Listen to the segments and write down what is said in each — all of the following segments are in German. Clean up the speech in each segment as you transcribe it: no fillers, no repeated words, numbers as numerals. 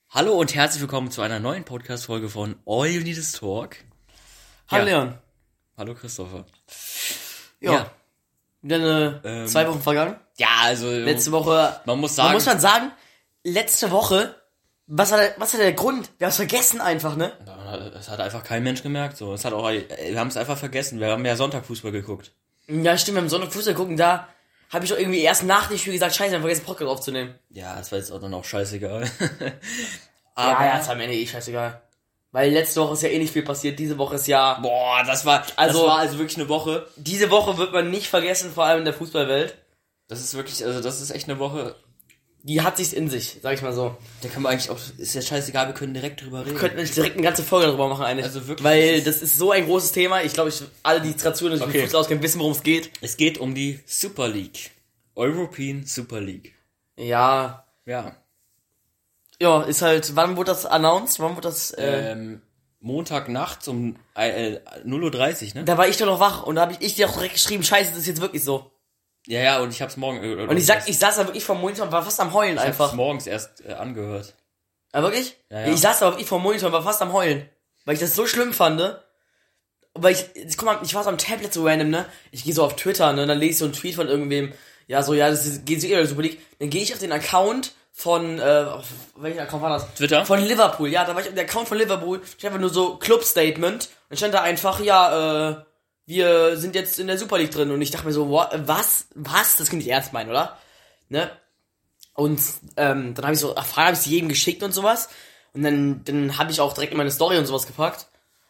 Hallo und herzlich willkommen zu einer neuen Podcast-Folge von All You Need Is Talk. Hallo Ja. Leon. Hallo Christopher. Ja. Wieder 2 Wochen vergangen. Ja, also Letzte Woche. man muss sagen, letzte Woche, was war der Grund? Wir haben es vergessen einfach, ne? es hat einfach kein Mensch gemerkt. So, wir haben es einfach vergessen. Wir haben ja Sonntag Fußball geguckt. Ja, stimmt, wir haben Sonntag Fußball gucken, da habe ich doch irgendwie erst nach dem Spiel gesagt, scheiße, wir haben vergessen, Podcast aufzunehmen. Ja, das war jetzt auch dann auch scheißegal. Ja, ist am Ende scheißegal. Weil letzte Woche ist ja nicht viel passiert, diese Woche ist ja... Boah, das war also wirklich eine Woche. Diese Woche wird man nicht vergessen, vor allem in der Fußballwelt. Das ist wirklich, also das ist echt eine Woche. Die hat sich's in sich, sag ich mal so. Da können wir eigentlich auch, ist ja scheißegal, wir können direkt drüber reden. Wir könnten direkt eine ganze Folge darüber machen eigentlich. Also wirklich. Weil das ist so ein großes Thema. Ich glaube, alle, die Traditionen, die sich mit Fußball auskennen, wissen, worum es geht. Es geht um die Super League. European Super League. Ja. Ja. Ja, ist halt, wann wurde das announced? Wann wurde das, Montag nachts um 0:30 Uhr, ne? Da war ich doch noch wach und da habe ich dir auch direkt geschrieben, scheiße, das ist jetzt wirklich so. Ja, und ich hab's morgen... Und ich saß da wirklich vor dem Monitor und war fast am Heulen ich einfach. hab's morgens erst angehört. Ja, wirklich? Ja. Ich saß da wirklich vor dem Monitor und war fast am Heulen. Weil ich das so schlimm fand. Weil ich war so am Tablet so random, ne? Ich gehe so auf Twitter, ne? Dann lese ich so einen Tweet von irgendwem, geht so in der Super League. Dann gehe ich auf den Account von, welcher Account war das? Twitter? Von Liverpool, ja, da war ich auf der Account von Liverpool. Ich einfach nur so Club-Statement. Und stand da einfach, wir sind jetzt in der Super League drin. Und ich dachte mir so, was? Das kann ich ernst meinen, oder? Ne? Und dann habe ich so erfahren, habe ich sie jedem geschickt und sowas. Und dann habe ich auch direkt in meine Story und sowas gepackt.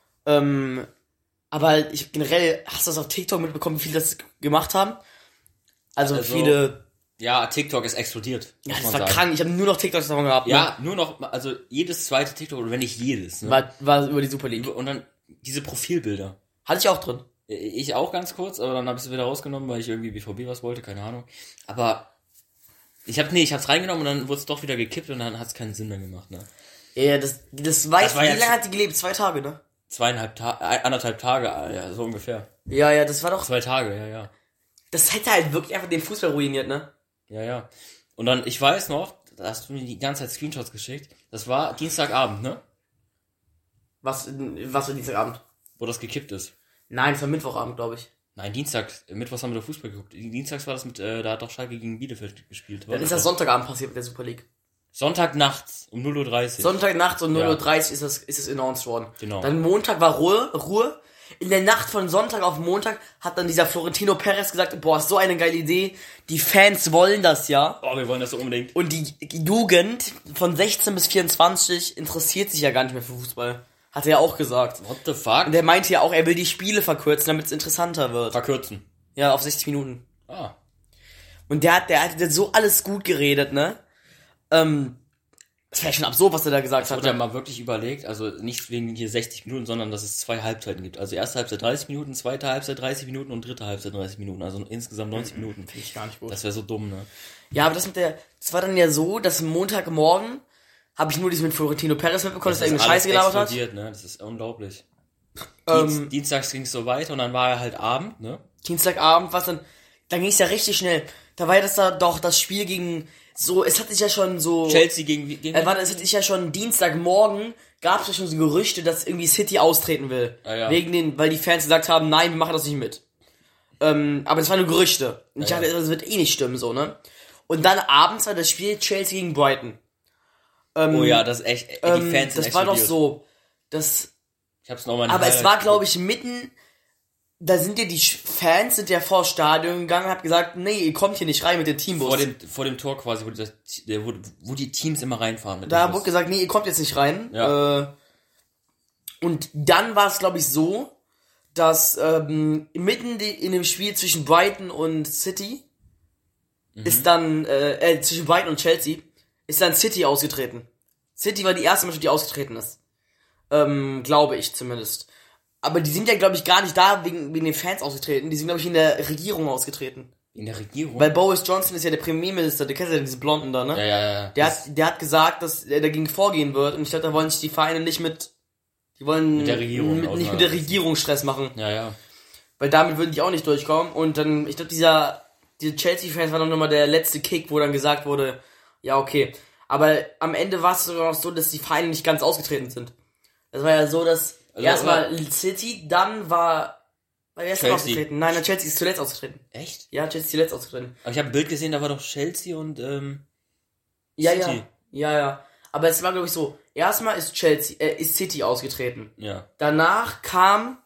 Aber generell, hast du das auf TikTok mitbekommen, wie viele das gemacht haben? Also viele... Ja, TikTok ist explodiert. Ja, das war krank. Ich habe nur noch TikToks davon gehabt. Ja, ne? nur noch, also jedes zweite TikTok, oder wenn nicht jedes. Ne? War über die Super League. Und dann diese Profilbilder. Hatte ich auch drin. Ich auch ganz kurz, aber dann habe ich es wieder rausgenommen, weil ich irgendwie BVB was wollte, keine Ahnung. Aber ich hab's reingenommen und dann wurde es doch wieder gekippt und dann hat's keinen Sinn mehr gemacht, ne? Ja, wie lange hat die gelebt? 2 Tage, ne? 1,5 Tage, ja, so ungefähr. Ja, das war doch... 2 Tage, ja. Das hätte halt wirklich einfach den Fußball ruiniert, ne? Ja. Und dann, ich weiß noch, da hast du mir die ganze Zeit Screenshots geschickt. Das war Dienstagabend, ne? Was für Dienstagabend? Wo das gekippt ist. Nein, es war Mittwochabend, glaube ich. Nein, Mittwochs haben wir doch Fußball geguckt. Dienstags war das da hat doch Schalke gegen Bielefeld gespielt. Dann ist das Sonntagabend passiert mit der Super League. Sonntag nachts um 0:30 Uhr. Sonntag nachts um 0:30 Uhr ist es announced worden. Genau. Dann Montag war Ruhe. In der Nacht von Sonntag auf Montag hat dann dieser Florentino Perez gesagt, boah, ist so eine geile Idee. Die Fans wollen das ja. Oh, wir wollen das so unbedingt. Und die Jugend von 16 bis 24 interessiert sich ja gar nicht mehr für Fußball. Hat er ja auch gesagt. What the fuck? Und der meinte ja auch, er will die Spiele verkürzen, damit es interessanter wird. Verkürzen. Ja, auf 60 Minuten. Ah. Und der hat so alles gut geredet, ne? Das wäre schon absurd, was er da gesagt hat. Hat er mal wirklich überlegt, also nicht wegen hier 60 Minuten, sondern dass es 2 Halbzeiten gibt. Also erste Halbzeit 30 Minuten, zweite Halbzeit 30 Minuten und dritte Halbzeit 30 Minuten. Also insgesamt 90 Minuten. Finde ich gar nicht gut. Das wäre so dumm, ne? Ja, aber das war dann ja so, dass Montagmorgen habe ich nur mit Florentino Perez mitbekommen, dass er irgendeine Scheiße gelabert hat. Ne? Das ist unglaublich. Dienstags ging es so weiter und dann war er halt Abend, ne? Dienstagabend, dann ging es ja richtig schnell. Da war ja das Spiel gegen es hat sich ja schon so... Chelsea gegen es hat sich ja schon Dienstagmorgen, gab es ja schon so Gerüchte, dass irgendwie City austreten will. Ah, ja. Weil die Fans gesagt haben, nein, wir machen das nicht mit. Aber das waren nur Gerüchte. Und ich dachte, das wird eh nicht stimmen, so, ne? Und dann abends war das Spiel Chelsea gegen Brighton. Oh ja, das ist echt, die Fans sind das war doch so, ich hab's nochmal. Aber es war, glaube ich, mitten, die Fans sind ja vor das Stadion gegangen und haben gesagt, nee, ihr kommt hier nicht rein mit dem Teambus. Vor dem Tor quasi, wo die Teams immer reinfahren. Da wurde gesagt, nee, ihr kommt jetzt nicht rein. Ja. Und dann war es, glaube ich, so, dass mitten in dem Spiel zwischen Brighton und City ist dann, zwischen Brighton und Chelsea, ist dann City ausgetreten. City war die erste Mannschaft, die ausgetreten ist. Glaube ich zumindest. Aber die sind ja, glaube ich, gar nicht da wegen den Fans ausgetreten. Die sind, glaube ich, in der Regierung ausgetreten. In der Regierung? Weil Boris Johnson ist ja der Premierminister, der kennt ja diese Blonden da, ne? Ja. Der hat gesagt, dass er dagegen vorgehen wird. Und ich glaube, da wollen sich die Vereine nicht die wollen mit der Regierung nicht mit der Regierung Stress machen. Ja. Weil damit würden die auch nicht durchkommen. Und dann, ich glaube, diese Chelsea-Fans war noch mal der letzte Kick, wo dann gesagt wurde, ja, okay. Aber am Ende war es sogar noch so, dass die Vereine nicht ganz ausgetreten sind. Das war ja so, dass erstmal City, dann war wer ist denn ausgetreten? Nein, Chelsea ist zuletzt ausgetreten. Echt? Ja, Chelsea ist zuletzt ausgetreten. Aber ich habe ein Bild gesehen, da war doch Chelsea und City. Ja. Aber es war, glaube ich, so, erstmal ist City ausgetreten. Ja. Danach kam,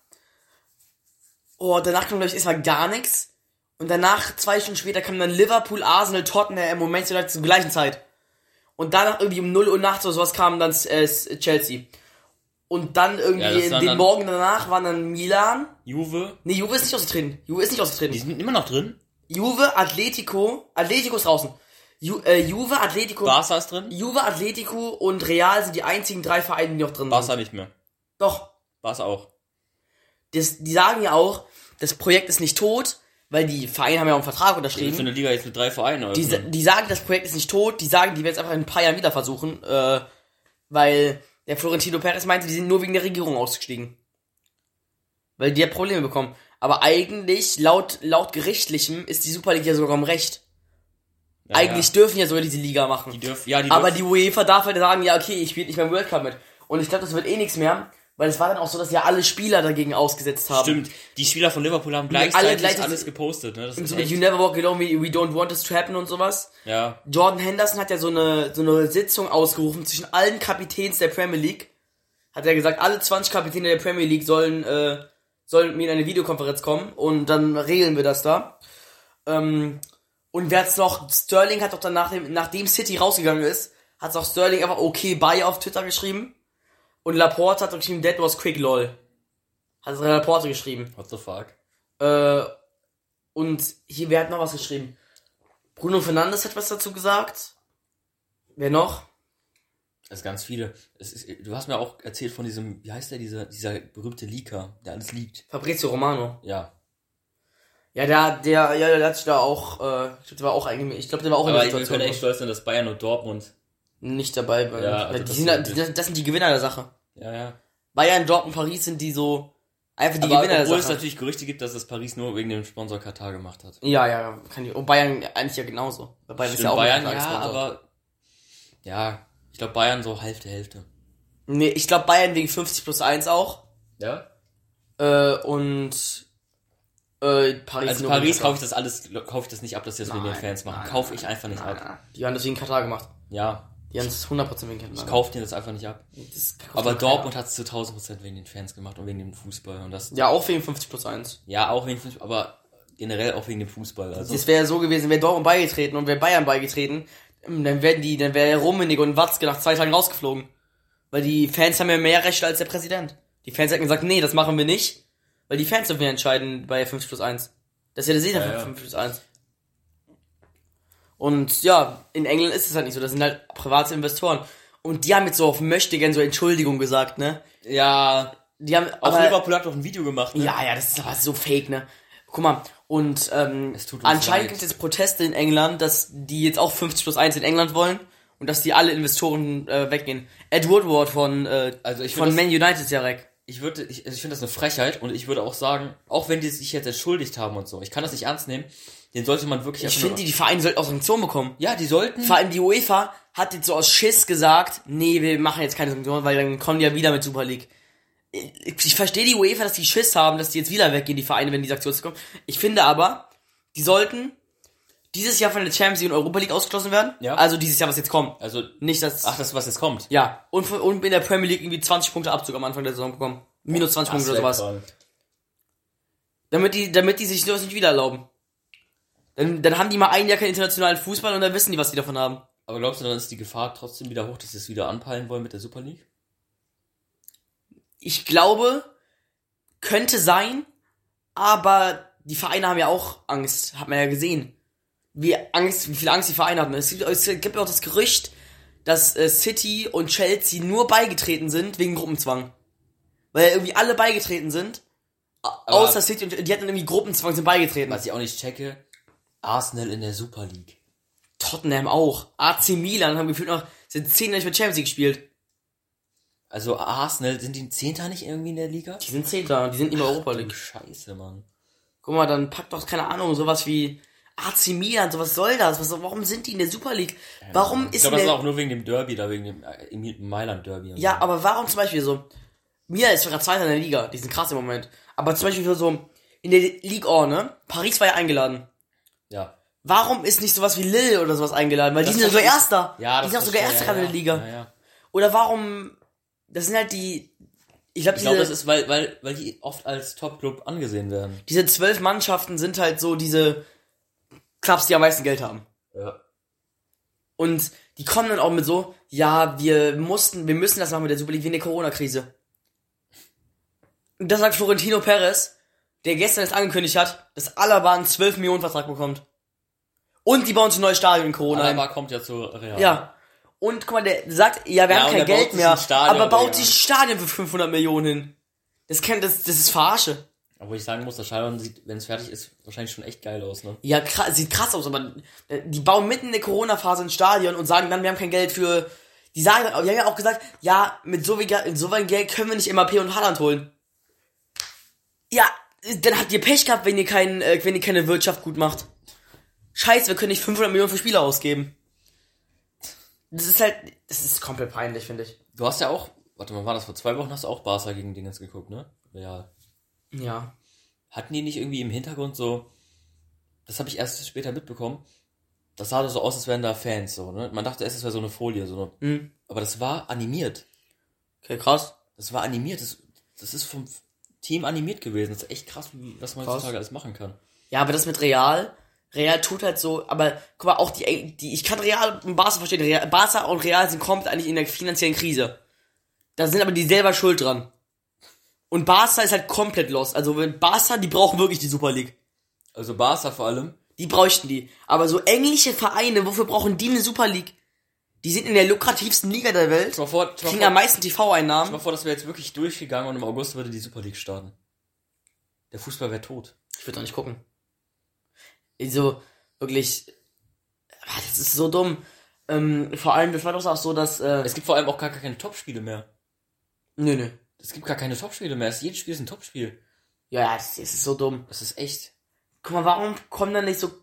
glaube ich, erstmal gar nichts. Und danach, 2 Stunden später, kam dann Liverpool, Arsenal, Tottenham und Manchester United zur gleichen Zeit. Und danach irgendwie um 0 Uhr nachts oder sowas kam dann Chelsea. Und dann irgendwie den Morgen danach waren dann Milan. Juve. Nee, Juve ist nicht ausgetreten. Die sind immer noch drin. Juve, Atletico ist draußen. Juve, Atletico. Barca ist drin. Juve, Atletico und Real sind die einzigen 3 Vereine, die noch drin sind. Barca nicht mehr. Doch. Barca auch. Die sagen ja auch, das Projekt ist nicht tot, weil die Vereine haben ja auch einen Vertrag unterschrieben. Für eine Liga jetzt mit 3 Vereinen. Oder die sagen, das Projekt ist nicht tot, die sagen, die werden es einfach in ein paar Jahren wieder versuchen, weil der Florentino Perez meinte, die sind nur wegen der Regierung ausgestiegen. Weil die ja Probleme bekommen. Aber eigentlich, laut Gerichtlichem, ist die Superliga ja sogar im Recht. Ja, eigentlich dürfen ja sogar diese Liga machen. Aber die UEFA darf halt sagen, ja okay, ich spiele nicht beim World Cup mit. Und ich glaube, das wird nichts mehr, weil es war dann auch so, dass ja alle Spieler dagegen ausgesetzt haben. Stimmt, die Spieler von Liverpool haben gleichzeitig alles gepostet. Ne? Das ist so You never walk alone, we don't want this to happen und sowas. Ja. Jordan Henderson hat ja so eine Sitzung ausgerufen zwischen allen Kapitäns der Premier League. Hat er gesagt, alle 20 Kapitäne der Premier League sollen mir in eine Videokonferenz kommen und dann regeln wir das da. Und wer hat's noch, Sterling hat doch dann nachdem City rausgegangen ist, hat's auch Sterling einfach okay bye auf Twitter geschrieben. Und Laporte hat doch geschrieben, that was quick, lol. Hat Laporte geschrieben. What the fuck? Und hier, wer hat noch was geschrieben? Bruno Fernandes hat was dazu gesagt. Wer noch? Das ist ganz viele. Du hast mir auch erzählt von diesem, wie heißt der, dieser berühmte Leaker, der alles leakt. Fabrizio Romano. Ja. Ja, der hat sich da auch, der war auch in der Situation. Aber ich bin echt stolz sein, dass Bayern und Dortmund nicht dabei, weil also das sind die Gewinner der Sache. Ja. Bayern, Dortmund, Paris sind die so einfach die Gewinner der Sache. Obwohl es natürlich Gerüchte gibt, dass es Paris nur wegen dem Sponsor Katar gemacht hat. Ja, kann ich. Und Bayern eigentlich ja genauso. Weil Bayern ist ja auch Bayern, aber ja, ich glaube Bayern so Hälfte. Nee, ich glaube Bayern wegen 50+1 auch. Ja. Und Paris. Also Paris kaufe ich das nicht ab, dass sie das wegen den Fans machen. Kaufe ich einfach nicht ab. Die haben das wegen Katar gemacht. Ja. Die haben es 100% wegen Katar gemacht. Ich kaufe dir das einfach nicht ab. Aber Dortmund hat es zu 1000% wegen den Fans gemacht und wegen dem Fußball. Und das ja, auch wegen 50+1. Ja, auch wegen 50, aber generell auch wegen dem Fußball. Also. Das wäre so gewesen, wäre Dortmund beigetreten und wäre Bayern beigetreten, dann wäre Rummenigge und Watzke nach 2 Tagen rausgeflogen. Weil die Fans haben ja mehr Rechte als der Präsident. Die Fans hätten gesagt, nee, das machen wir nicht. Weil die Fans dürfen ja entscheiden bei 50+1. Das ist ja der Sinn von 50+1. Und ja, in England ist es halt nicht so. Das sind halt private Investoren. Und die haben jetzt so auf Möchtegern so Entschuldigung gesagt, ne? Ja. Die haben auch Liverpool hat doch ein Video gemacht, ne? Ja, das ist aber so fake, ne? Guck mal, und anscheinend gibt es jetzt Proteste in England, dass die jetzt auch 50+1 in England wollen und dass die alle Investoren weggehen. Ed Woodward von Man United ist ja weg. Ich finde das eine Frechheit und ich würde auch sagen, auch wenn die sich jetzt entschuldigt haben und so, ich kann das nicht ernst nehmen, den sollte man wirklich... Ich finde, die Vereine sollten auch Sanktionen bekommen. Ja, die sollten... Vor allem die UEFA hat jetzt so aus Schiss gesagt, nee, wir machen jetzt keine Sanktionen, weil dann kommen die ja wieder mit Super League. Ich verstehe die UEFA, dass die Schiss haben, dass die jetzt wieder weggehen, die Vereine, wenn die Sanktionen kommen. Ich finde aber, die sollten dieses Jahr von der Champions League und Europa League ausgeschlossen werden. Ja. Also dieses Jahr, was jetzt kommt. Also nicht das... Ach, das, was jetzt kommt? Ja. Und in der Premier League irgendwie 20 Punkte Abzug am Anfang der Saison bekommen. Minus 20 Punkte oder sowas. Toll. Damit die sich sowas nicht wieder erlauben. Dann haben die mal ein Jahr keinen internationalen Fußball und dann wissen die, was die davon haben. Aber glaubst du, dann ist die Gefahr trotzdem wieder hoch, dass sie es wieder anpeilen wollen mit der Super League? Ich glaube, könnte sein, aber die Vereine haben ja auch Angst, hat man ja gesehen. Wie viel Angst die Vereine hatten. Es gibt auch das Gerücht, dass City und Chelsea nur beigetreten sind wegen Gruppenzwang. Weil irgendwie alle beigetreten sind, außer City und die hatten irgendwie Gruppenzwang, sind beigetreten. Was ich auch nicht checke, Arsenal in der Super League. Tottenham auch. AC Milan haben gefühlt noch, sind 10 Jahre nicht mit Champions League gespielt. Also Arsenal, sind die 10. nicht irgendwie in der Liga? Die sind 10. Die sind immer Europa League. Scheiße, Mann. Guck mal, dann packt doch, keine Ahnung, sowas wie AC Milan, so was soll das? Warum sind die in der Super League? Warum Ich glaube, das ist auch nur wegen dem Derby, da wegen dem Mailand-Derby. Ja, aber warum zum Beispiel so, Milan ist gerade Zweiter in der Liga, die sind krass im Moment. Aber zum Beispiel so, in der Ligue 1, ne? Paris war ja eingeladen. Ja. Warum ist nicht sowas wie Lille oder sowas eingeladen? Weil die sind ja sogar Erster. Ja, die sind auch sogar Erster gerade in der Liga. Ja. Oder warum, das sind halt die, ich glaube, das ist, weil die oft als Top-Club angesehen werden. diese 12 Mannschaften sind halt so diese Clubs, die am meisten Geld haben. Ja. Und die kommen dann auch mit so, ja, wir müssen das machen mit der Super League wegen der Corona-Krise. Und das sagt Florentino Perez, der gestern jetzt angekündigt hat, dass Alaba einen 12 Millionen Vertrag bekommt. Und die bauen sich ein neues Stadion in Corona ein. Alaba kommt ja zu Real. Ja. Und guck mal, der sagt, ja, wir haben kein Geld mehr, aber baut sich ein Stadion für 500 Millionen hin. Das ist Verarsche. Obwohl ich sagen muss, das Stadion sieht, wenn es fertig ist, wahrscheinlich schon echt geil aus, ne? Ja, sieht krass aus, aber die bauen mitten in der Corona-Phase ein Stadion und sagen dann, wir haben kein Geld für, die haben ja auch gesagt, ja, mit so viel Geld können wir nicht MAP und Haaland holen. Ja, dann habt ihr Pech gehabt, wenn ihr keine Wirtschaft gut macht. Scheiße, wir können nicht 500 Millionen für Spieler ausgeben. Das ist komplett peinlich, finde ich. Du hast ja auch, warte mal, war das vor 2 Wochen, hast du auch Barca gegen Dingens geguckt, ne? Real. Ja. Hatten die nicht irgendwie im Hintergrund so, das habe ich erst später mitbekommen, das sah so aus, als wären da Fans, so, ne? Man dachte erst, es wäre so eine Folie, so eine, aber das war animiert. Okay, krass. Das war animiert, das ist vom Team animiert gewesen. Das ist echt krass, was man heutzutage alles machen kann. Ja, aber das mit Real tut halt so, aber guck mal, auch ich kann Real und Barca verstehen. Barca und Real sind komplett eigentlich in der finanziellen Krise. Da sind aber die selber schuld dran. Und Barca ist halt komplett lost. Also wenn Barca, die brauchen wirklich die Super League. Also Barca vor allem. Die bräuchten die. Aber so englische Vereine, wofür brauchen die eine Super League? Die sind in der lukrativsten Liga der Welt. Kriegen am meisten TV-Einnahmen. Stell mal vor, das wäre jetzt wirklich durchgegangen und im August würde die Super League starten. Der Fußball wäre tot. Ich würde auch nicht gucken. So, wirklich, das ist so dumm. Vor allem, das war doch auch so, dass, es gibt vor allem auch gar keine Topspiele mehr. Nö. Es gibt gar keine Topspiele mehr. Jedes Spiel ist ein Topspiel. Ja, das ist so dumm. Das ist echt. Guck mal, warum kommen dann nicht so,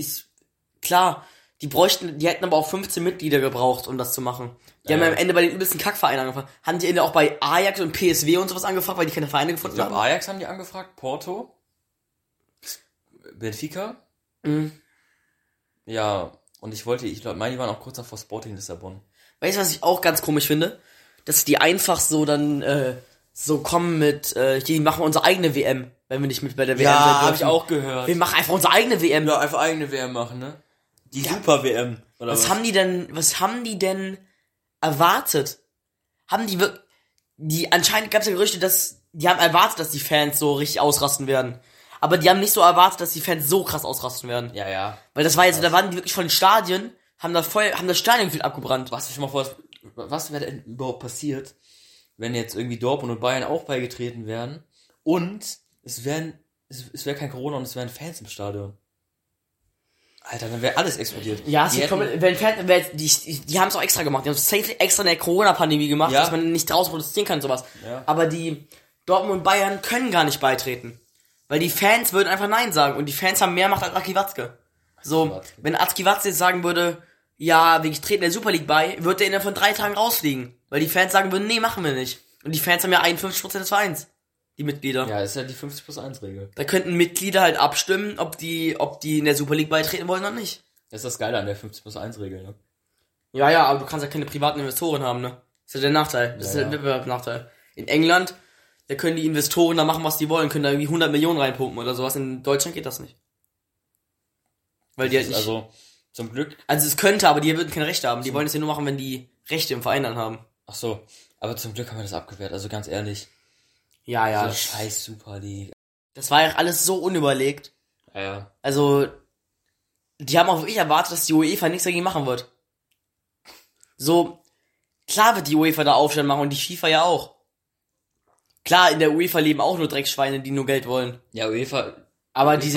klar, die hätten aber auch 15 Mitglieder gebraucht, um das zu machen. Die haben ja am Ende bei den übelsten Kackvereinen angefangen. Haben die Ende auch bei Ajax und PSW und sowas angefragt, weil die keine Vereine gefunden haben? Ajax haben die angefragt, Porto, Benfica. Ja, und ich meine, die waren auch kurz davor Sporting Lissabon. Weißt du, was ich auch ganz komisch finde? Dass die einfach so dann, so kommen mit, die machen unsere eigene WM, wenn wir nicht mit bei der WM sind. Ja, hab ich auch gehört. Wir machen einfach unsere eigene WM. Ja, einfach eigene WM machen, ne? Die Super WM. Oder was haben die denn erwartet? Anscheinend gab es ja Gerüchte, dass die haben erwartet, dass die Fans so richtig ausrasten werden. Aber die haben nicht so erwartet, dass die Fans so krass ausrasten werden. Ja. Weil das war jetzt, da waren die wirklich von den Stadien, haben das Stadion gefühlt abgebrannt. Was wäre denn überhaupt passiert, wenn jetzt irgendwie Dortmund und Bayern auch beigetreten wären und es wäre kein Corona und es wären Fans im Stadion? Alter, dann wäre alles explodiert. Ja, die haben es auch extra gemacht. Die haben es safe extra in der Corona-Pandemie gemacht, dass man nicht draußen protestieren kann und sowas. Ja. Aber die Dortmund und Bayern können gar nicht beitreten. Weil die Fans würden einfach Nein sagen. Und die Fans haben mehr Macht als Aki Watzke. So, wenn Aki Watzke jetzt sagen würde, ja, wir treten der Super League bei, wird der innerhalb von 3 Tagen rausfliegen. Weil die Fans sagen würden, nee, machen wir nicht. Und die Fans haben ja 51% des Vereins. Die Mitglieder. Ja, ist ja die 50+1-Regel. Da könnten Mitglieder halt abstimmen, ob die in der Super League beitreten wollen oder nicht. Das ist das Geile an der 50+1-Regel, ne? Ja, aber du kannst ja keine privaten Investoren haben, ne? Das ist ja der Nachteil. Das ist der Wettbewerbsnachteil. In England, da können die Investoren da machen, was die wollen, können da irgendwie 100 Millionen reinpumpen oder sowas. In Deutschland geht das nicht. Weil die halt nicht... Also, zum Glück... Also es könnte, aber die würden keine Rechte haben. Die wollen es ja nur machen, wenn die Rechte im Verein dann haben. Ach so, aber zum Glück haben wir das abgewehrt, also ganz ehrlich. Ja. So scheiß Super League. Das war ja alles so unüberlegt. Ja. Also, die haben auch wirklich erwartet, dass die UEFA nichts dagegen machen wird. So, klar wird die UEFA da Aufstand machen und die FIFA ja auch. Klar, in der UEFA leben auch nur Dreckschweine, die nur Geld wollen. Ja, UEFA... Aber das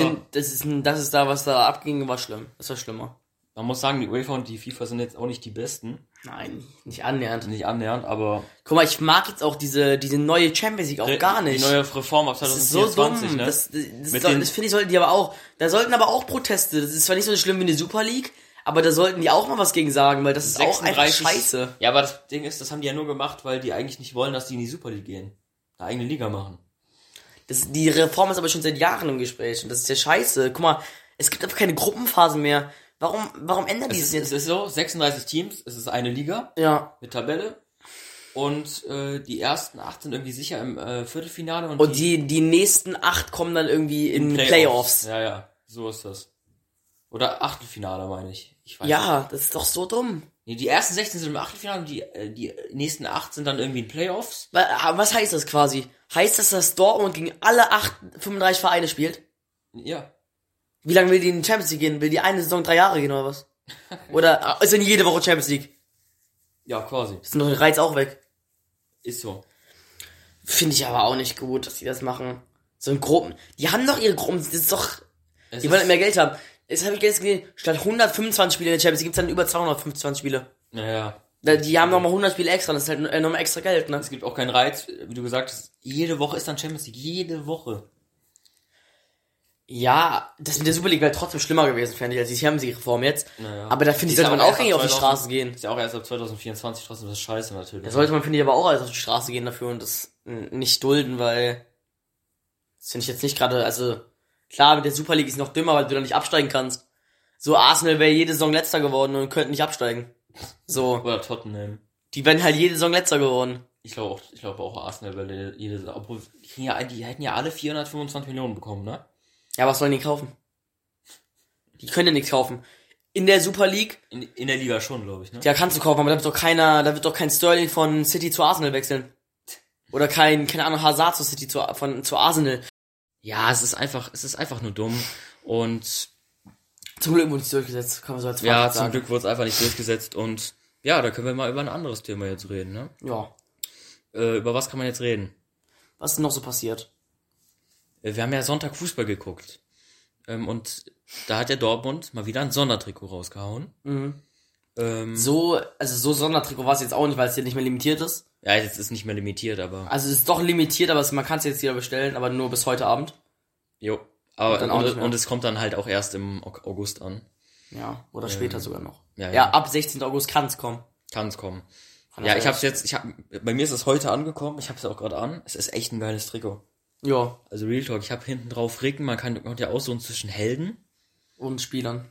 ist da, was da abging, war schlimm. Das war schlimmer. Man muss sagen, die UEFA und die FIFA sind jetzt auch nicht die besten. Nein, nicht annähernd. Nicht annähernd, aber... Guck mal, ich mag jetzt auch diese neue Champions League auch gar nicht. Die neue Reform ab 2024, das ist so dumm. Das finde ich, sollten die aber auch... Da sollten aber auch Proteste. Das ist zwar nicht so schlimm wie eine Super League, aber da sollten die auch mal was gegen sagen, weil das ist auch einfach scheiße. Ja, aber das Ding ist, das haben die ja nur gemacht, weil die eigentlich nicht wollen, dass die in die Super League gehen. Eine eigene Liga machen. Die Reform ist aber schon seit Jahren im Gespräch und das ist ja scheiße. Guck mal, es gibt einfach keine Gruppenphasen mehr. Warum ändern die das jetzt? Es ist so, 36 Teams, es ist eine Liga. Ja. Mit Tabelle. Und die ersten 8 sind irgendwie sicher im Viertelfinale. Und die nächsten 8 kommen dann irgendwie in Playoffs. Ja, so ist das. Oder Achtelfinale, meine ich. Ich weiß nicht. Das ist doch so dumm. Nee, die ersten 16 sind im Achtelfinale und die nächsten 8 sind dann irgendwie in Playoffs. Was heißt das quasi? Heißt das, dass Dortmund gegen alle 35 Vereine spielt? Ja. Wie lange will die in die Champions League gehen? Will die eine Saison 3 Jahre gehen oder was? Oder ist denn jede Woche Champions League? Ja, quasi. Ist doch der Reiz auch weg. Ist so. Finde ich aber auch nicht gut, dass die das machen. So in Gruppen. Die haben doch ihre Gruppen, das ist doch... Die wollen mehr Geld haben. Jetzt habe ich jetzt gesehen, statt 125 Spiele in der Champions League gibt's dann über 225 Spiele. Ja. Die haben nochmal 100 Spiele extra, das ist halt nochmal extra Geld, ne? Es gibt auch keinen Reiz, wie du gesagt hast, jede Woche ist dann Champions League, jede Woche. Ja, das mit der Super League wäre trotzdem schlimmer gewesen, fände ich, als die Champions League Reform jetzt. Naja. Aber da finde ich, sollte man auch eigentlich auf die Straße gehen. Ist ja auch erst ab 2024 trotzdem das Scheiße natürlich. Da sollte man, finde ich, aber auch alles auf die Straße gehen dafür und das nicht dulden, weil das finde ich jetzt nicht gerade, also klar, mit der Super League ist noch dümmer, weil du da nicht absteigen kannst. So, Arsenal wäre jede Saison Letzter geworden und könnten nicht absteigen. So. Oder Tottenham. Die wären halt jede Saison Letzter geworden. Ich glaube auch Arsenal wäre jede Saison, obwohl die hätten ja alle 425 Millionen bekommen, ne? Ja, was sollen die kaufen? Die können ja nichts kaufen. In der Super League. In der Liga schon, glaube ich, ne? Ja, kannst du kaufen, aber da wird doch kein Sterling von City zu Arsenal wechseln. Oder keine Ahnung, Hazard zu City zu Arsenal. Ja, es ist einfach nur dumm. Und zum Glück wurde es durchgesetzt, kann man so als Fazit sagen. Ja, zum Glück wurde es einfach nicht durchgesetzt und ja, da können wir mal über ein anderes Thema jetzt reden, ne? Ja. Über was kann man jetzt reden? Was ist noch so passiert? Wir haben ja Sonntag Fußball geguckt. Und da hat der Dortmund mal wieder ein Sondertrikot rausgehauen. Mhm. So Sondertrikot war es jetzt auch nicht, weil es hier nicht mehr limitiert ist. Ja, jetzt ist nicht mehr limitiert, aber... Also es ist doch limitiert, aber man kann es jetzt wieder bestellen, aber nur bis heute Abend. Jo. Aber und es kommt dann halt auch erst im August an. Ja, oder später sogar noch. Ja, ab 16. August kann es kommen. Ja, bei mir ist es heute angekommen, ich hab's ja auch gerade an. Es ist echt ein geiles Trikot. Ja. Also Real Talk, ich habe hinten drauf Ricken, man kann ja aussuchen zwischen Helden und Spielern.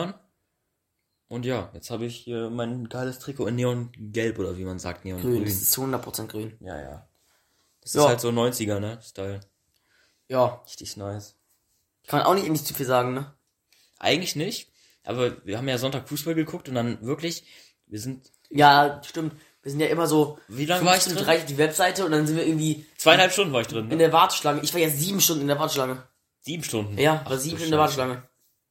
Und ja, jetzt habe ich hier mein geiles Trikot in Neongelb oder wie man sagt, Neongrün. Das ist zu 100% grün. Ja. Das ist halt so 90er, ne, Style. Ja. Richtig nice. Kann man auch nicht zu viel sagen, ne? Eigentlich nicht, aber wir haben ja Sonntag Fußball geguckt und dann wirklich, Ja, stimmt. Wir sind ja immer so... Wie lange war ich drin? 15:30 die Webseite und dann sind wir irgendwie... 2,5 Stunden war ich drin, ne? In der Warteschlange. Ich war ja 7 Stunden in der Warteschlange. 7 Stunden? Ja, war 7 Stunden in der Warteschlange.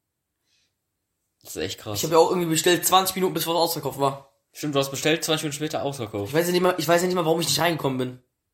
Das ist echt krass. Ich habe ja auch irgendwie bestellt 20 Minuten, bis was ausverkauft war. Stimmt, du hast bestellt, 20 Minuten später ausverkauft. Ich weiß ja nicht mal, warum ich nicht reingekommen bin.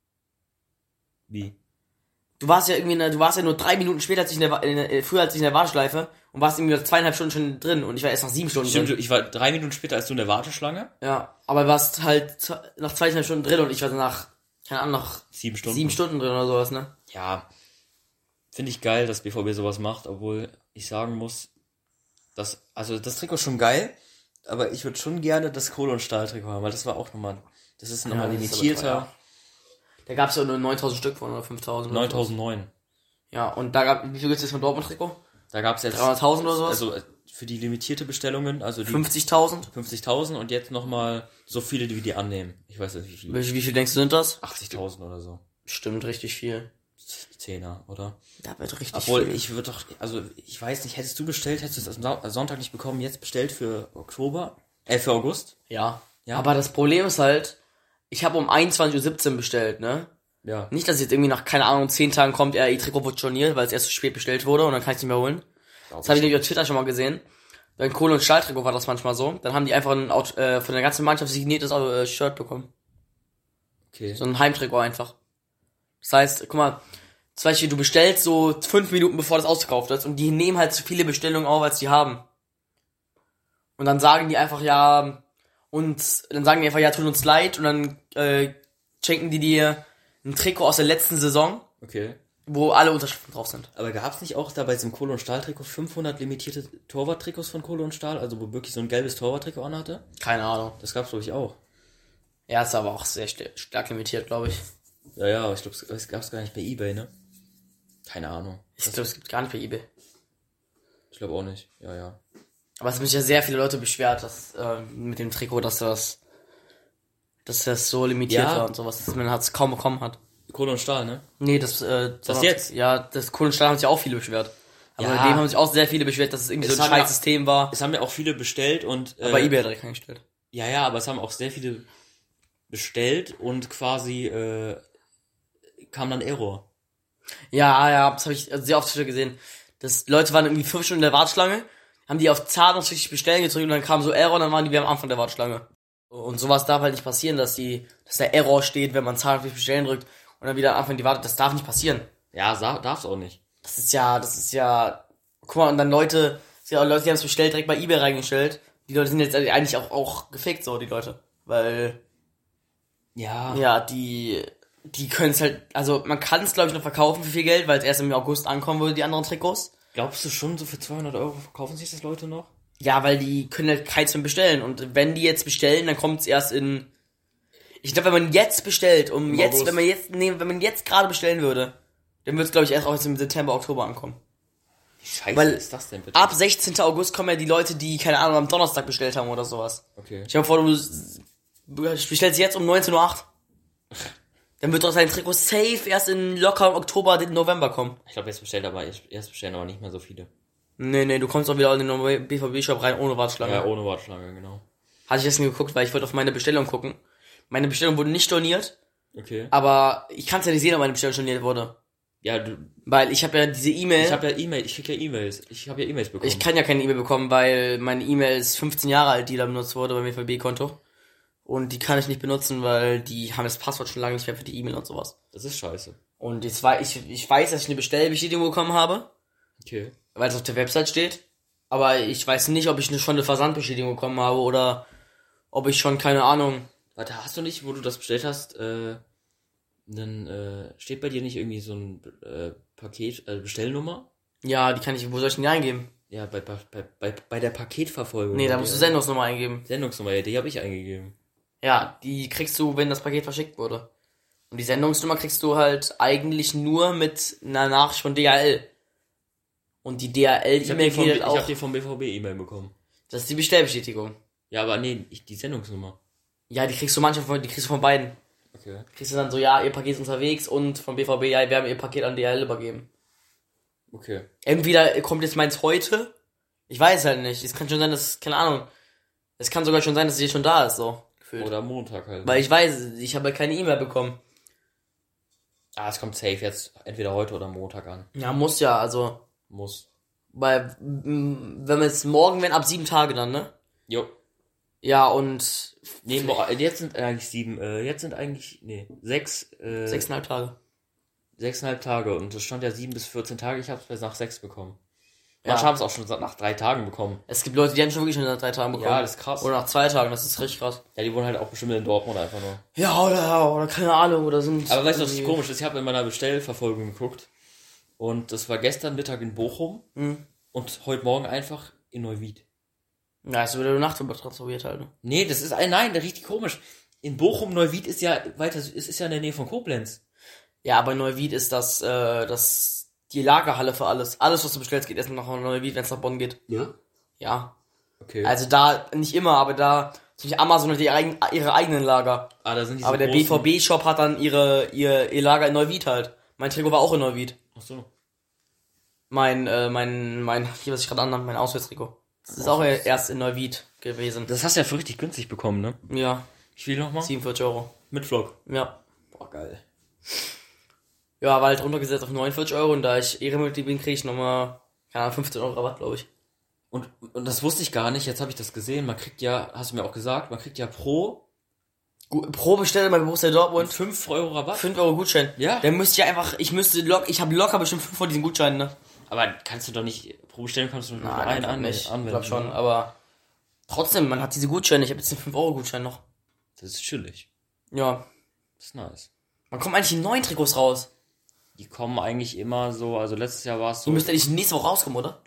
Wie? Du warst ja nur 3 Minuten später früher als ich in der Warteschleife und warst irgendwie 2,5 Stunden schon drin und ich war erst nach 7 Stunden drin. Stimmt, ich war 3 Minuten später als du in der Warteschlange. Ja, aber du warst halt nach 2,5 Stunden drin und ich war nach, keine Ahnung, nach 7 Stunden. 7 Stunden drin oder sowas, ne? Ja. Finde ich geil, dass BVB sowas macht, obwohl ich sagen muss, das Trikot ist schon geil, aber ich würde schon gerne das Kohle- und Stahl-Trikot haben, weil das war auch nochmal, das ist nochmal limitierter. Da gab's ja nur 9.000 Stück von oder 5.000. 9.00009. Ja, und wie viel gibt's jetzt von Dortmund-Trikot? Da gab's jetzt 300.000 oder sowas? Also für die limitierte Bestellungen, also die 50.000? 50.000 und jetzt nochmal so viele, wie die annehmen. Ich weiß nicht, wie viele. Wie viel denkst du sind das? 80.000 oder so. Stimmt, richtig viel. 10er, oder? Da wird richtig Obwohl, viel. ich würde doch, also ich weiß nicht, hättest du es am Sonntag nicht bekommen, jetzt bestellt für für August? Ja. Aber das Problem ist halt, ich habe um 21.17 Uhr bestellt, ne? Ja. Nicht, dass jetzt irgendwie nach, keine Ahnung, 10 Tagen kommt, ihr Trikot wird storniert, weil es erst zu spät bestellt wurde und dann kann ich es nicht mehr holen. Das habe ich nämlich auf Twitter schon mal gesehen. Beim Kohle- und Stahltrikot war das manchmal so. Dann haben die einfach von der ganzen Mannschaft signiertes Shirt bekommen. Okay. So ein Heimtrikot einfach. Das heißt, guck mal, zum Beispiel, du bestellst so 5 Minuten bevor das ausverkauft ist und die nehmen halt zu viele Bestellungen auf, als die haben. Und dann sagen die einfach, ja, Und dann sagen die einfach, ja, tut uns leid. Und dann schenken die dir ein Trikot aus der letzten Saison, Okay. wo alle Unterschriften drauf sind. Aber gab's nicht auch da bei diesem Kohle- und Stahl-Trikot 500 limitierte Torwart-Trikots von Kohle und Stahl? Also wo wirklich so ein gelbes Torwart-Trikot anhatte? Keine Ahnung. Das gab's, glaube ich, auch. Ja, ist aber auch sehr stark limitiert, glaube ich. Ja, aber ich glaube, es gab's gar nicht bei eBay, ne? Keine Ahnung. Ich glaube, es gibt gar nicht bei eBay. Ich glaube auch nicht. Ja. Aber es haben sich ja sehr viele Leute beschwert, dass mit dem Trikot, dass das so limitiert Ja. war und sowas, dass man es kaum bekommen hat. Kohle und Stahl, ne? Nee, das jetzt? Ja, das Kohle und Stahl haben sich auch viele beschwert. Aber Ja. bei dem haben sich auch sehr viele beschwert, dass es irgendwie Es so ein haben ja- scheiß System war. Es haben ja auch viele bestellt und... Aber eBay hat direkt eingestellt. Ja, aber es haben auch sehr viele bestellt und quasi kam dann Error. Ja, das habe ich sehr oft schon gesehen. Das Leute waren irgendwie 5 Stunden in der Warteschlange, haben die auf zahlungswichtig bestellen gedrückt und dann kam so Error und dann waren die wieder am Anfang der Warteschlange. Und sowas darf halt nicht passieren, dass der Error steht, wenn man zahlungswichtig bestellen drückt und dann wieder am Anfang die Wartet. Das darf nicht passieren. Ja, darf's auch nicht. Das ist ja, guck mal, und dann Leute, die haben es bestellt, direkt bei eBay reingestellt. Die Leute sind jetzt eigentlich auch gefickt, so, die Leute. Weil, ja, die können es halt, also man kann es, glaube ich, noch verkaufen für viel Geld, weil es erst im August ankommen würde, die anderen Trikots. Glaubst du schon, so für 200 Euro verkaufen sich das Leute noch? Ja, weil die können halt keins mehr bestellen. Und wenn die jetzt bestellen, dann kommt es erst in, ich glaube, wenn man jetzt bestellt, wenn man jetzt gerade bestellen würde, dann wird es, glaube ich, erst auch jetzt im September, Oktober ankommen. Wie scheiße Weil ist das denn bitte? ab 16. August kommen ja die Leute, die, keine Ahnung, am Donnerstag bestellt haben oder sowas. Okay. Stell dir vor, du bestellst jetzt um 19.08 Uhr. Dann wird doch dein Trikot safe erst in locker im Oktober, November kommen. Ich glaube, erst bestellen aber nicht mehr so viele. Nee, du kommst auch wieder in den BVB-Shop rein ohne Warteschlange. Ja, ohne Warteschlange, genau. Hatte ich jetzt nie geguckt, weil ich wollte auf meine Bestellung gucken. Meine Bestellung wurde nicht storniert, Okay. aber ich kann es ja nicht sehen, ob meine Bestellung storniert wurde. Ja, Weil ich habe ja diese E-Mail. ich habe ja E-Mails. Ich habe ja E-Mails bekommen. Ich kann ja keine E-Mail bekommen, weil meine E-Mail ist 15 Jahre alt, die da benutzt wurde beim BVB-Konto. Und die kann ich nicht benutzen, weil die haben das Passwort schon lange nicht mehr für die E-Mail und sowas. Das ist scheiße. Und jetzt ich weiß, dass ich eine Bestellbestätigung bekommen habe, Okay. weil es auf der Website steht. Aber ich weiß nicht, ob ich schon eine Versandbestätigung bekommen habe oder ob ich schon, keine Ahnung. Warte, hast du nicht, wo du das bestellt hast, steht bei dir nicht irgendwie so ein Paket, Bestellnummer? Ja, wo soll ich denn die eingeben? Ja, bei der Paketverfolgung. Nee, da musst du Sendungsnummer eingeben. Sendungsnummer, ja, die habe ich eingegeben. Ja, die kriegst du, wenn das Paket verschickt wurde. Und die Sendungsnummer kriegst du halt eigentlich nur mit einer Nachricht von DHL. Und die DHL-E-Mail geht halt Ich auch. habe die vom BVB E-Mail bekommen. Das ist die Bestellbestätigung. Ja, aber nee, die Sendungsnummer. Ja, die kriegst du von beiden. Okay. Kriegst du dann so, ja, ihr Paket ist unterwegs und vom BVB, ja, wir haben ihr Paket an DHL übergeben. Okay. Entweder kommt jetzt meins heute, ich weiß halt nicht. Es kann schon sein, keine Ahnung. Es kann sogar schon sein, dass sie schon da ist, so. Gefühlt. Oder Montag halt. Weil ich weiß, ich habe keine E-Mail bekommen. Es kommt safe jetzt entweder heute oder Montag an. Ja, muss ja, also. Muss. Weil, wenn wir jetzt morgen wären, ab 7 Tage dann, ne? Jo. Ja, und. Nee, jetzt sind eigentlich 6. 6,5 Tage. 6,5 Tage und es stand ja 7 bis 14 Tage, ich habe es nach 6 bekommen. Ja. Manche haben es auch schon nach 3 Tagen bekommen. Es gibt Leute, die haben schon wirklich nur nach 3 Tagen bekommen. Ja, das ist krass. Oder nach 2 Tagen, das ist richtig krass. Ja, die wohnen halt auch bestimmt in Dortmund einfach nur. Ja, oder keine Ahnung, oder sind. Aber weißt du, was ist komisch ist? Ich habe in meiner Bestellverfolgung geguckt und das war gestern Mittag in Bochum und heute Morgen einfach in Neuwied. Ja, ist wieder eine Nacht transferiert halt, ne? Nee, das ist richtig komisch. In Bochum, Neuwied ist ja ist ja in der Nähe von Koblenz. Ja, aber Neuwied ist die Lagerhalle für alles. Alles, was du bestellst, geht erst nach Neuwied, wenn es nach Bonn geht. Ja? Ja. Okay. Also da, nicht immer, aber da, zum Amazon hat ihre eigenen Lager. Da sind diese Aber der großen... BVB-Shop hat dann ihr Lager in Neuwied halt. Mein Trikot war auch in Neuwied. Ach so. Hier, was ich gerade anhabe, mein Auswärtstrikot. Das ist auch erst in Neuwied gewesen. Das hast du ja für richtig günstig bekommen, ne? Ja. Wie viel nochmal? 47 Euro. Mit Vlog. Ja. Boah, geil. Ja, war halt runtergesetzt auf 49 Euro und da ich Ehrenmitglied bin, kriege ich nochmal, keine Ahnung, 15 Euro Rabatt, glaube ich. Und das wusste ich gar nicht, jetzt habe ich das gesehen, man kriegt ja, hast du mir auch gesagt, man kriegt ja pro Bestellung bei Borussia Dortmund 5 Euro Rabatt. 5 Euro Gutschein. Ja. Dann müsste ich einfach, ich habe locker bestimmt 5 von diesen Gutscheinen, ne? Aber kannst du doch nicht, pro Bestellung kannst du nur einen Nein, anwenden. Ich glaube schon, aber Trotzdem, man hat diese Gutscheine. Ich habe jetzt den 5-Euro-Gutschein noch. Das ist chillig. Ja. Das ist nice. Man kommt eigentlich in neuen Trikots raus. Die kommen eigentlich immer so, also letztes Jahr war es so... Die müsste eigentlich nächste Woche rauskommen, oder?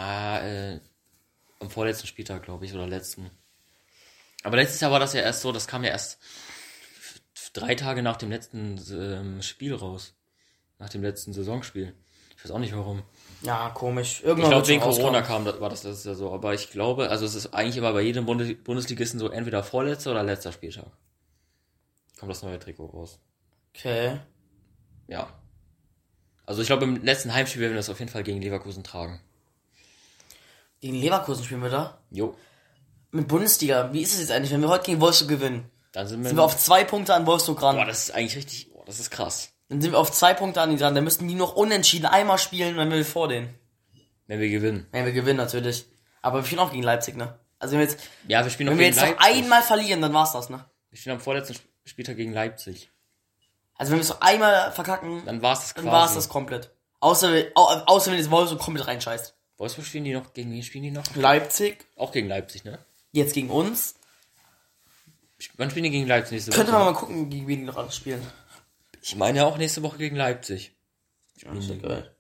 Am vorletzten Spieltag, glaube ich, oder letzten. Aber letztes Jahr war das ja erst so, das kam ja erst 3 Tage nach dem letzten Spiel raus. Nach dem letzten Saisonspiel. Ich weiß auch nicht warum. Ja, komisch. Ich Irgendwann glaube, wird wegen schon Corona rauskommen. war das letztes Jahr so. Aber ich glaube, also es ist eigentlich immer bei jedem Bundesligisten so entweder vorletzter oder letzter Spieltag. Kommt das neue Trikot raus. Okay. Ja. Also ich glaube, im letzten Heimspiel werden wir das auf jeden Fall gegen Leverkusen tragen. Gegen Leverkusen spielen wir da? Jo. Mit Bundesliga. Wie ist es jetzt eigentlich, wenn wir heute gegen Wolfsburg gewinnen? Dann Sind wir auf 2 Punkte an Wolfsburg ran. Boah, das ist eigentlich richtig... Boah, das ist krass. Dann sind wir auf 2 Punkte an die dran. Dann müssten die noch unentschieden einmal spielen, dann wir vor denen. Wenn wir gewinnen. Wenn wir gewinnen, natürlich. Aber wir spielen auch gegen Leipzig, ne? Also wenn wir jetzt, Ja, wir spielen auch wenn wir gegen jetzt noch Leipzig. einmal verlieren, dann war's das, ne? Wir spielen am vorletzten Spieltag gegen Leipzig. Also wenn wir es noch einmal verkacken, Dann war's das dann quasi. war's das komplett. Außer wenn jetzt Wolfsburg komplett reinscheißt. Wolfsburg spielen die noch, gegen wen spielen die noch? Leipzig, Auch gegen Leipzig, ne? jetzt gegen uns. Wann spielen die gegen Leipzig nächste Könnte Woche? man mal gucken, gegen wen die noch alles spielen. Ich meine ja auch nächste Woche gegen Leipzig. Ja, ist ja geil.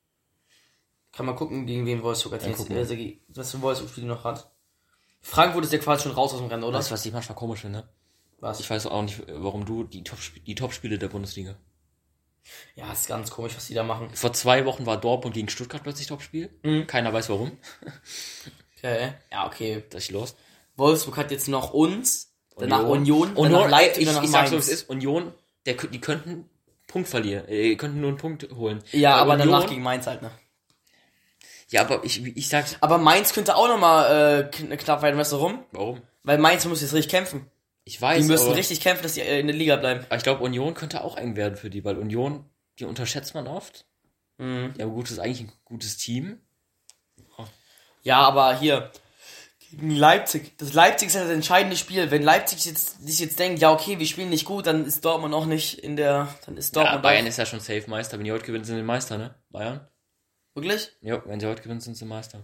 Kann man gucken, gegen wen Wolfsburg als nächstes, was für ein Wolfsburg-Spiel noch hat. Frankfurt ist ja quasi schon raus aus dem Rennen, oder? Weißt du, was ich manchmal komisch finde? Was? Ich weiß auch nicht, warum du die Topspiele der Bundesliga. Ja, ist ganz komisch, was die da machen. Vor 2 Wochen war Dortmund gegen Stuttgart plötzlich Topspiel. Keiner weiß warum. Okay. Ja, okay. Das ist los. Wolfsburg hat jetzt noch uns, danach Union, danach Leipzig, danach ich sag so, Mainz. es ist Union, die könnten Punkt verlieren, könnten nur einen Punkt holen. Ja, Weil aber Union, danach gegen Mainz halt, ne? Ja, aber ich sag's, Aber Mainz könnte auch nochmal knapp werden, weißt du warum? warum? Weil Mainz muss jetzt richtig kämpfen. Ich weiß, Die müssen aber, richtig kämpfen, dass die in der Liga bleiben. aber ich glaube, Union könnte auch eng werden für die, weil Union, die unterschätzt man oft. Mhm. Ja, aber gut, das ist eigentlich ein gutes Team. Ja, aber hier, gegen Leipzig. Das Leipzig ist ja das entscheidende Spiel. Wenn Leipzig sich jetzt denkt, ja okay, wir spielen nicht gut, dann ist Dortmund auch nicht dann ist Ja, Dortmund Bayern auch. ist ja schon safe Meister. Wenn die heute gewinnen, sind sie Meister, ne? Bayern? Wirklich? Ja, wenn sie heute gewinnen, sind sie Meister.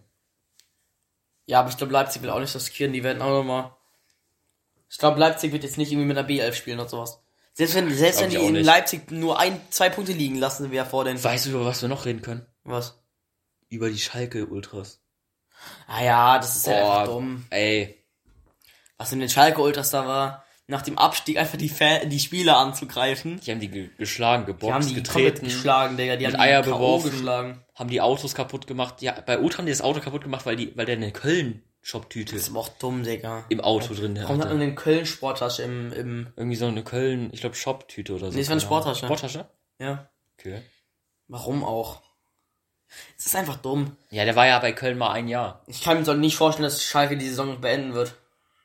Ja, aber ich glaube, Leipzig will auch nicht riskieren, die werden auch nochmal. Ich glaube, Leipzig wird jetzt nicht irgendwie mit einer B11 spielen oder sowas. Selbst wenn Glaub die ich auch in nicht. Leipzig nur 2 Punkte liegen lassen, wir vor den. Weißt du, über was wir noch reden können? Was? Über die Schalke-Ultras. Ah ja, das ist ja einfach dumm. Ey. Was in den Schalke-Ultras da war, nach dem Abstieg einfach die Spieler anzugreifen. Die haben die geschlagen, Die geboxt, haben die komplett getreten, geschlagen, Digga. Die mit haben Eier die K.O. beworfen. geschlagen. haben die Autos kaputt gemacht. Ja, bei Ut haben die das Auto kaputt gemacht, weil der eine Köln-Shop-Tüte Das ist aber auch dumm, Digga. im Auto drin Warum hat hatte. man eine Köln-Sporttasche im. Irgendwie so eine Köln, ich glaube Shop-Tüte oder so. Nee, es war eine keine Ahnung. Sporttasche. Sporttasche? Ja. Okay. Warum auch? Es ist einfach dumm. Ja, der war ja bei Köln mal 1 Jahr. Ich kann mir doch nicht vorstellen, dass Schalke die Saison noch beenden wird.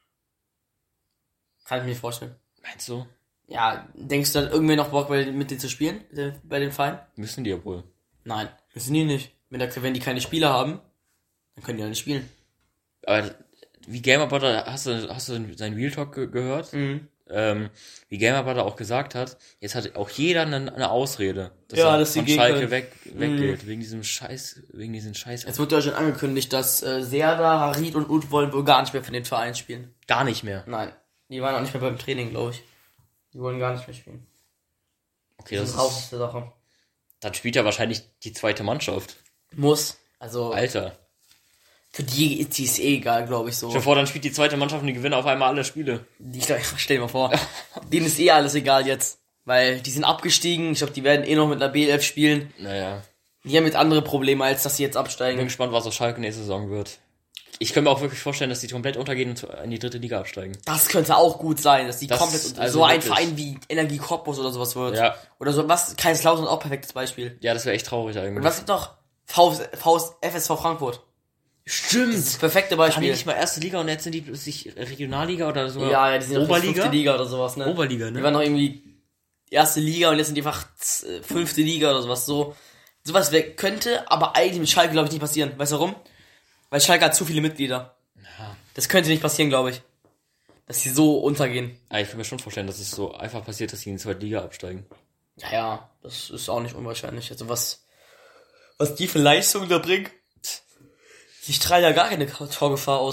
Kann ich mir nicht vorstellen. Meinst du? Ja, denkst du, dass irgendwer noch Bock mit denen zu spielen? Bei dem Verein? Müssen die ja wohl. Nein, müssen die nicht. Wenn die keine Spieler haben, dann können die ja nicht spielen. Aber wie Gamer hast du seinen Real Talk gehört? Mhm. Wie Gamer auch gesagt hat, jetzt hat auch jeder eine Ausrede, dass Ja, er dass sie von gehen Schalke können. weggeht, wegen diesen Scheiß. Es wurde ja schon angekündigt, dass Serda, Harid und Ut wollen wohl gar nicht mehr für den Verein spielen. Gar nicht mehr. Nein, die waren auch nicht mehr beim Training, glaube ich. Die wollen gar nicht mehr spielen. Okay, Die das sind raus ist, aus der Sache. dann spielt er wahrscheinlich die zweite Mannschaft. Muss. Also, Alter. für die ist es eh egal, glaube ich, so. Stell dir vor, dann spielt die zweite Mannschaft und die gewinnen auf einmal alle Spiele. Stell dir mal vor. Denen ist eh alles egal jetzt. Weil die sind abgestiegen. Ich glaube, die werden eh noch mit einer B11 spielen. Naja. Die haben jetzt andere Probleme, als dass sie jetzt Ich bin absteigen. gespannt, was auf Schalke nächste Saison wird. Ich könnte mir auch wirklich vorstellen, dass die komplett untergehen und in die 3. Liga absteigen. Das könnte auch gut sein, dass die Das komplett ist also so ein wirklich- Verein wie Energie Cottbus oder sowas wird. Ja. Oder so was. Kaiserslautern ist auch ein perfektes Beispiel. Ja, das wäre echt traurig eigentlich. Und was ist noch? FSV Frankfurt. Stimmt. Das perfekte Haben die Beispiel. nicht mal 1. Liga und jetzt sind die plötzlich Regionalliga oder sogar Ja, die sind auf Oberliga? 5. Liga oder sowas, ne? Oberliga, Die ne? waren noch irgendwie 1. Liga und jetzt sind die einfach 5. Liga oder sowas. Sowas könnte, aber eigentlich mit Schalke, glaube ich, nicht passieren. Weißt du warum? Weil Schalke hat zu viele Mitglieder. Ja. Das könnte nicht passieren, glaube ich. Dass sie so untergehen. Ah, ich kann mir schon vorstellen, dass es so einfach passiert, dass sie in die 2. Liga absteigen. Ja, das ist auch nicht unwahrscheinlich. Also was die für Leistung da bringen, die strahlen ja gar keine Torgefahr aus. Ja,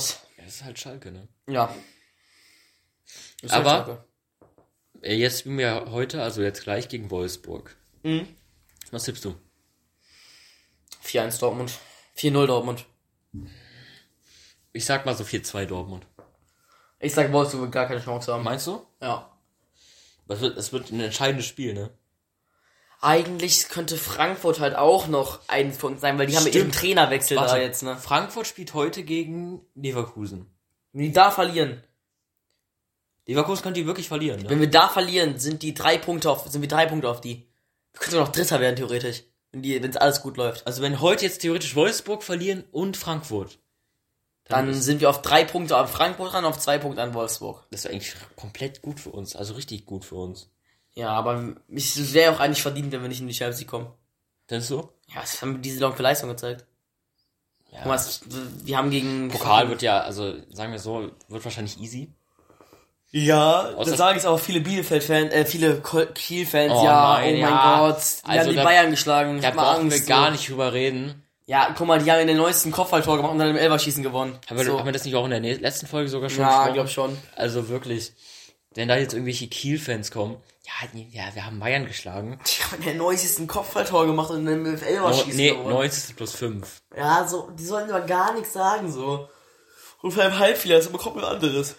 Das ist halt Schalke, ne? Ja. Ist Aber- halt Schalke. Jetzt spielen wir heute, also jetzt gleich gegen Wolfsburg. Mhm. Was tippst du? 4-1 Dortmund. 4-0 Dortmund. Ich sag mal so 4-2 Dortmund. Ich sag, Wolfsburg wird gar keine Chance haben. Meinst du? Ja. Es wird ein entscheidendes Spiel, ne? Eigentlich könnte Frankfurt halt auch noch ein Punkt sein, weil die haben mit ihrem Stimmt. Trainerwechsel da Warte, jetzt, ne? Frankfurt spielt heute gegen Leverkusen. Wenn die da verlieren, Leverkusen könnte die wirklich verlieren, ne? wenn wir da verlieren, sind wir 3 Punkte auf die. Wir können sogar noch Dritter werden, theoretisch. Wenn alles gut läuft. Also wenn heute jetzt theoretisch Wolfsburg verlieren und Frankfurt, Dann sind wir auf 3 Punkte an Frankfurt dran, auf 2 Punkte an Wolfsburg. das ist eigentlich komplett gut für uns. Also richtig gut für uns. Ja, aber es wäre auch eigentlich verdient, wenn wir nicht in die Champions League kommen. Denkst du? Ja, was haben wir diese Saison für Leistung gezeigt? Ja. Guck mal, wir haben gegen... Pokal wird ja, also sagen wir so, wird wahrscheinlich easy. Ja, Außer- da sagen es auch viele Bielefeld-Fans, viele Kiel-Fans, Oh ja, nein, oh mein ja. Gott, die Also haben die da- Bayern geschlagen. Da Hab mal brauchen wir Angst, gar so. nicht drüber reden. Ja, guck mal, die haben in den neuesten Kopfballtor gemacht und dann im Elferschießen gewonnen. Haben wir, so. haben wir das nicht auch in der letzten Folge sogar schon Ja, besprochen? glaub schon. Also wirklich, wenn da jetzt irgendwelche Kiel-Fans kommen, ja, wir haben Bayern geschlagen. Die haben in den neuesten Kopfballtor gemacht und dann im Elferschießen gewonnen. 90 plus 5. Ja, so, die sollen aber gar nichts sagen, so. Und vor allem Halbfinale ist immer komplett anderes.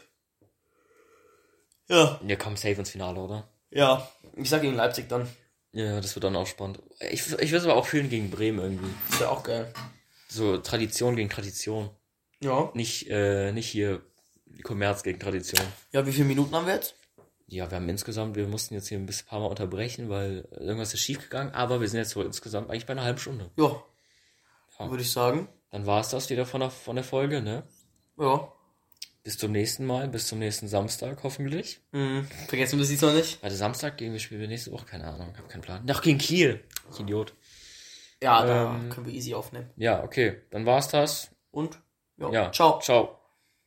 Ja. Wir kommen safe ins Finale, oder? Ja. Ich sag gegen Leipzig dann. Ja, das wird dann auch spannend. Ich würde es aber auch fühlen gegen Bremen irgendwie. Das wäre auch geil. So Tradition gegen Tradition. Ja. Nicht hier Kommerz gegen Tradition. Ja, wie viele Minuten haben wir jetzt? Ja, wir mussten jetzt hier ein paar Mal unterbrechen, weil irgendwas ist schief gegangen, aber wir sind jetzt so insgesamt eigentlich bei einer halben Stunde. Ja. Ja. Würde ich sagen. Dann war es das wieder von der Folge, ne? Ja. Bis zum nächsten Mal, bis zum nächsten Samstag, hoffentlich. Vergessen wir es diesmal nicht. Weil der Samstag spielen wir nächste Woche, keine Ahnung, hab keinen Plan. Doch, gegen Kiel. Ich Idiot. Ja, da können wir easy aufnehmen. Ja, okay, dann war's das. Und? Ja, Ciao. Ciao.